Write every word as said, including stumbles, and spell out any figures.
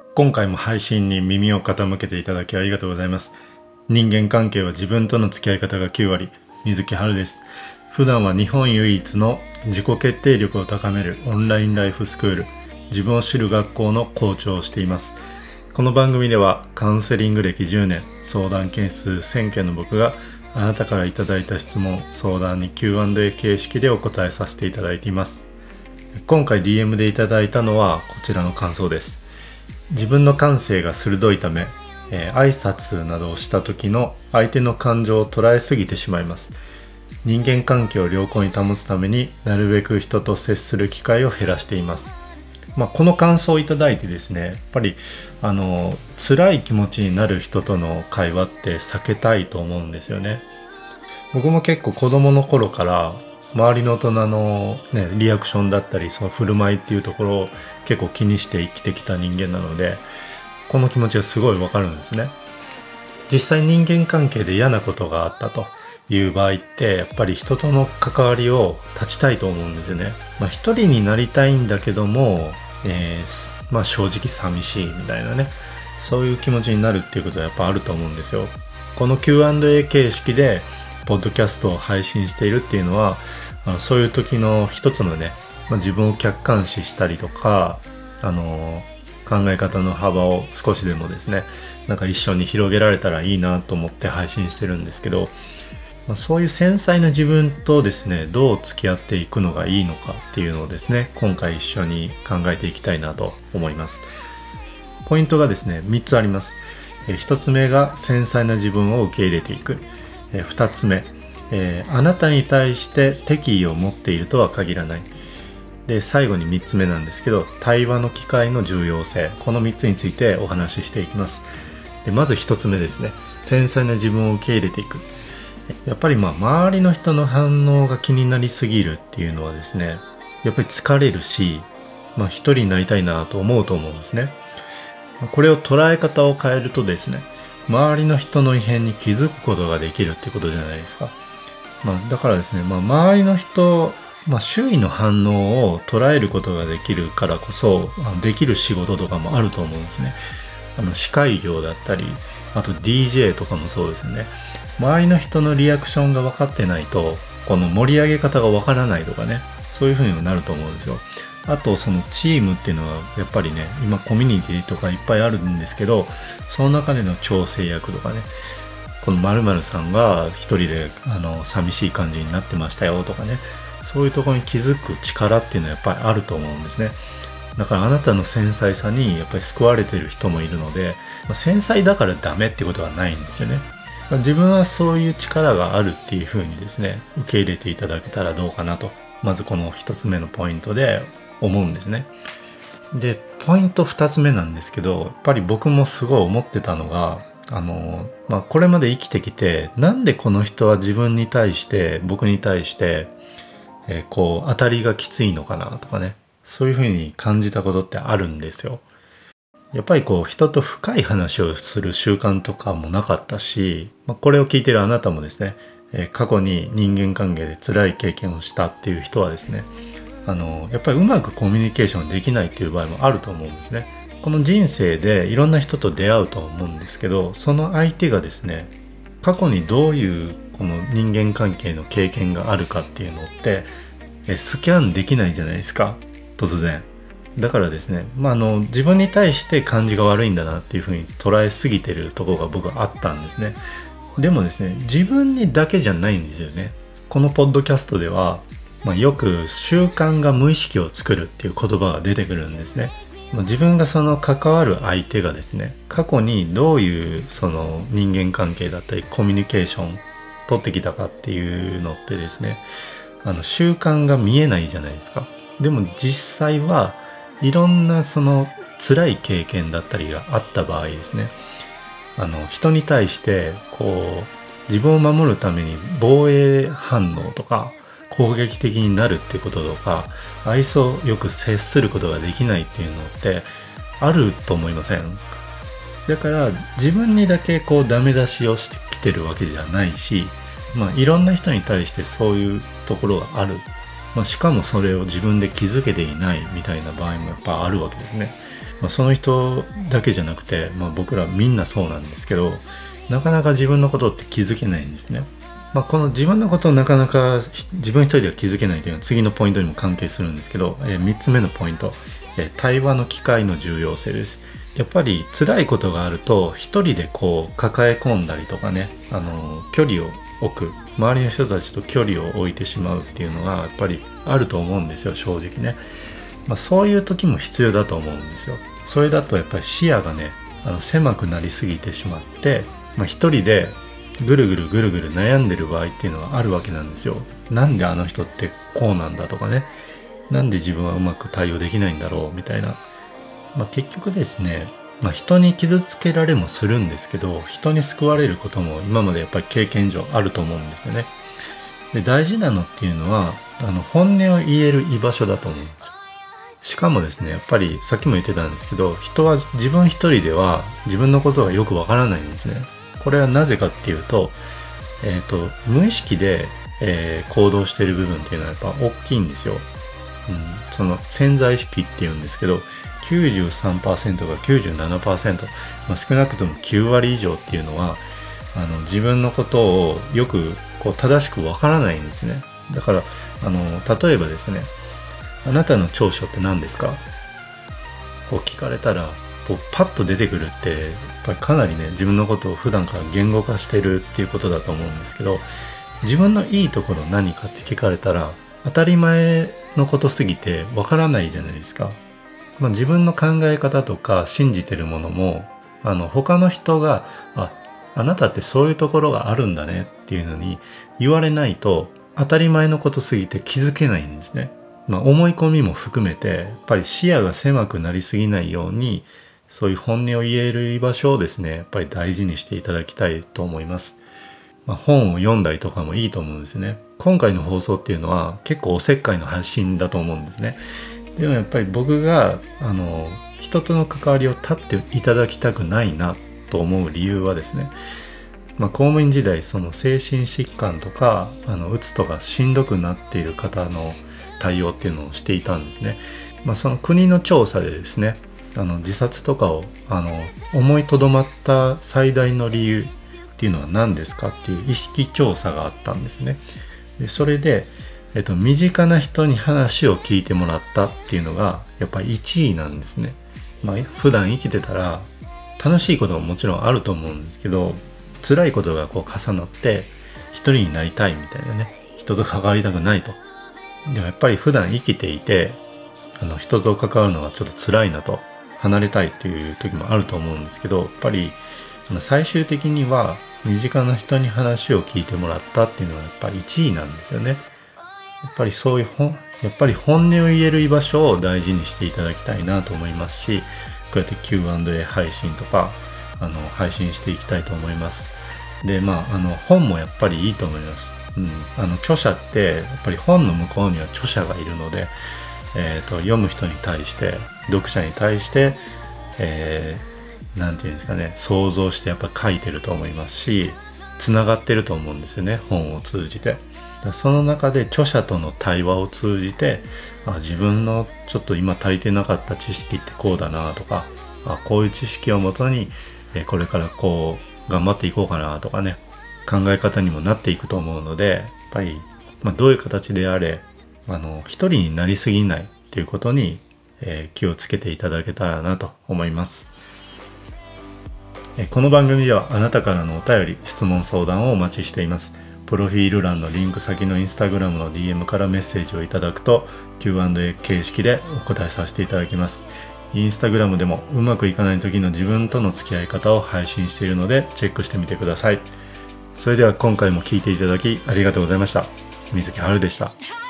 今回も配信に耳を傾けていただきありがとうございます。人間関係は自分との付き合い方がきゅうわり、水木春です。普段は日本唯一の自己決定力を高めるオンラインライフスクール、自分を知る学校の校長をしています。この番組ではカウンセリング歴じゅうねん、相談件数せんけんの僕があなたからいただいた質問、相談に キューアンドエー 形式でお答えさせていただいています。今回 ディーエム でいただいたのはこちらの感想です。自分の感性が鋭いため、えー、挨拶などをした時の相手の感情を捉えすぎてしまいます。人間関係を良好に保つためになるべく人と接する機会を減らしています。まあ、この感想をいただいてですね、やっぱりあの辛い気持ちになる人との会話って避けたいと思うんですよね。僕も結構子供の頃から周りの大人の、ね、リアクションだったりその振る舞いっていうところを結構気にして生きてきた人間なので、この気持ちがすごいわかるんですね。実際人間関係で嫌なことがあったという場合ってやっぱり人との関わりを断ちたいと思うんですよね。まあ、一人になりたいんだけども、えーまあ、正直寂しいみたいなね、そういう気持ちになるっていうことはやっぱあると思うんですよ。この キューアンドエー 形式でポッドキャストを配信しているっていうのは、あのそういう時の一つのね、まあ、自分を客観視したりとか、あの考え方の幅を少しでもですね、なんか一緒に広げられたらいいなと思って配信してるんですけど、まあ、そういう繊細な自分とですね、どう付き合っていくのがいいのかっていうのをですね、今回一緒に考えていきたいなと思います。ポイントがですね、みっつあります。えひとつめが繊細な自分を受け入れていく。えふたつめ、えー、あなたに対して敵意を持っているとは限らない。で、最後にみっつめなんですけど、対話の機会の重要性。このみっつについてお話ししていきます。で、まずひとつめですね、繊細な自分を受け入れていく。やっぱりまあ周りの人の反応が気になりすぎるっていうのはですね、やっぱり疲れるし、まあ一人になりたいなと思うと思うんですね。これを捉え方を変えるとですね、周りの人の異変に気づくことができるってことじゃないですか。まあ、だからですね、まあ、周りの人、まあ、周囲の反応を捉えることができるからこそ、できる仕事とかもあると思うんですね。あの司会業だったり、あと ディージェー とかもそうですね。周りの人のリアクションが分かってないと、この盛り上げ方が分からないとかね、そういう風にもなると思うんですよ。あとそのチームっていうのはやっぱりね、今コミュニティとかいっぱいあるんですけど、その中での調整役とかね、この〇〇さんが一人であの寂しい感じになってましたよとかね、そういうところに気づく力っていうのはやっぱりあると思うんですね。だからあなたの繊細さにやっぱり救われている人もいるので、まあ、繊細だからダメってことはないんですよね。自分はそういう力があるっていう風にですね、受け入れていただけたらどうかなと、まずこの一つ目のポイントで思うんですね。で、ポイント二つ目なんですけど、やっぱり僕もすごい思ってたのが、あの、まあ、これまで生きてきて、なんでこの人は自分に対して、僕に対して、えー、こう、当たりがきついのかなとかね、そういう風に感じたことってあるんですよ。やっぱりこう人と深い話をする習慣とかもなかったし、まあ、これを聞いているあなたもですね、えー、過去に人間関係で辛い経験をしたっていう人はですね、あのやっぱりうまくコミュニケーションできないっていう場合もあると思うんですね。この人生でいろんな人と出会うと思うんですけど、その相手がですね、過去にどういうこの人間関係の経験があるかっていうのってえスキャンできないじゃないですか、突然。だからですね、まあ、あの自分に対して感じが悪いんだなっていうふうに捉えすぎてるところが僕はあったんですね。でもですね、自分にだけじゃないんですよね。このポッドキャストでは、まあ、よく習慣が無意識を作るっていう言葉が出てくるんですね。まあ、自分がその関わる相手がですね、過去にどういうその人間関係だったりコミュニケーション取ってきたかっていうのってですね、あの習慣が見えないじゃないですか。でも実際はいろんなその辛い経験だったりがあった場合ですね、あの人に対してこう自分を守るために防衛反応とか攻撃的になるっていうこととか、愛想よく接することができないっていうのってあると思いません？だから自分にだけこうダメ出しをしてきてるわけじゃないし、まあいろんな人に対してそういうところがある、まあ、しかもそれを自分で気づけていないみたいな場合もやっぱあるわけですね。 まあ、その人だけじゃなくて、まあ、僕らみんなそうなんですけど、なかなか自分のことって気づけないんですね。まあ、この自分のことをなかなか自分一人では気づけないというのは次のポイントにも関係するんですけど、えー、みっつめのポイント、えー、対話の機会の重要性です。やっぱり辛いことがあると一人でこう抱え込んだりとかね、あのー、距離を置く、周りの人たちと距離を置いてしまうっていうのがやっぱりあると思うんですよ、正直ね。まあ、そういう時も必要だと思うんですよ。それだとやっぱり視野がね、あの狭くなりすぎてしまって、まあ、一人でぐるぐるぐるぐる悩んでる場合っていうのはあるわけなんですよ。なんであの人ってこうなんだとかね、なんで自分はうまく対応できないんだろうみたいな、まあ、結局ですね、まあ、人に傷つけられもするんですけど、人に救われることも今までやっぱり経験上あると思うんですよね。で、大事なのっていうのはあの本音を言える居場所だと思うんですよ。しかもですね、やっぱりさっきも言ってたんですけど、人は自分一人では自分のことがよくわからないんですね。これはなぜかっていうと、えっと、無意識で、えー行動している部分っていうのはやっぱ大きいんですよ。うん、その潜在意識っていうんですけど、きゅうじゅうさんパーセントがきゅうじゅうななパーセント、まあ、少なくともきゅう割以上っていうのはあの自分のことをよくこう正しくわからないんですね。だからあの例えばですね、あなたの長所って何ですか？こう聞かれたらこうパッと出てくるって、やっぱりかなりね、自分のことを普段から言語化してるっていうことだと思うんですけど、自分のいいところ何かって聞かれたら当たり前のことすぎてわからないじゃないですか。まあ、自分の考え方とか信じてるものも、あの他の人がああなたってそういうところがあるんだねっていうのに言われないと、当たり前のことすぎて気づけないんですね。まあ、思い込みも含めてやっぱり視野が狭くなりすぎないように、そういう本音を言える居場所をですね、やっぱり大事にしていただきたいと思います。まあ、本を読んだりとかもいいと思うんですね。今回の放送っていうのは結構おせっかいの発信だと思うんですね。でもやっぱり僕があの人との関わりを断っていただきたくないなと思う理由はですね、まあ、公務員時代、その精神疾患とかあのうつとかしんどくなっている方の対応っていうのをしていたんですね。まあ、その国の調査でですね、あの自殺とかをあの思いとどまった最大の理由っていうのは何ですかっていう意識調査があったんですね。でそれで、えっと、身近な人に話を聞いてもらったっていうのがやっぱりいちいなんですね。まあ、普段生きてたら楽しいことももちろんあると思うんですけど、辛いことがこう重なって一人になりたいみたいなね、人と関わりたくないと。でもやっぱり普段生きていて、あの人と関わるのがちょっと辛いなと、離れたいっていう時もあると思うんですけど、やっぱり最終的には身近な人に話を聞いてもらったっていうのはやっぱりいちいなんですよね。やっぱりそういう本やっぱり本音を言える居場所を大事にしていただきたいなと思いますし、こうやって キューアンドエー 配信とかあの配信していきたいと思います。で、まああの本もやっぱりいいと思います。うん、あの著者ってやっぱり本の向こうには著者がいるので、えーと、読む人に対して読者に対して、えー、なんていうんですかね、想像してやっぱ書いてると思いますし、つながってると思うんですよね、本を通じて。その中で著者との対話を通じて、あ、自分のちょっと今足りてなかった知識ってこうだなとか、あ、こういう知識をもとにえこれからこう頑張っていこうかなとかね、考え方にもなっていくと思うので、やっぱり、まあ、どういう形であれあの一人になりすぎないということに、えー気をつけていただけたらなと思います。えーこの番組ではあなたからのお便り、質問、相談をお待ちしています。プロフィール欄のリンク先のインスタグラムの ディーエム からメッセージをいただくと キューアンドエー 形式でお答えさせていただきます。インスタグラムでもうまくいかない時の自分との付き合い方を配信しているのでチェックしてみてください。それでは今回も聞いていただきありがとうございました。水木春でした。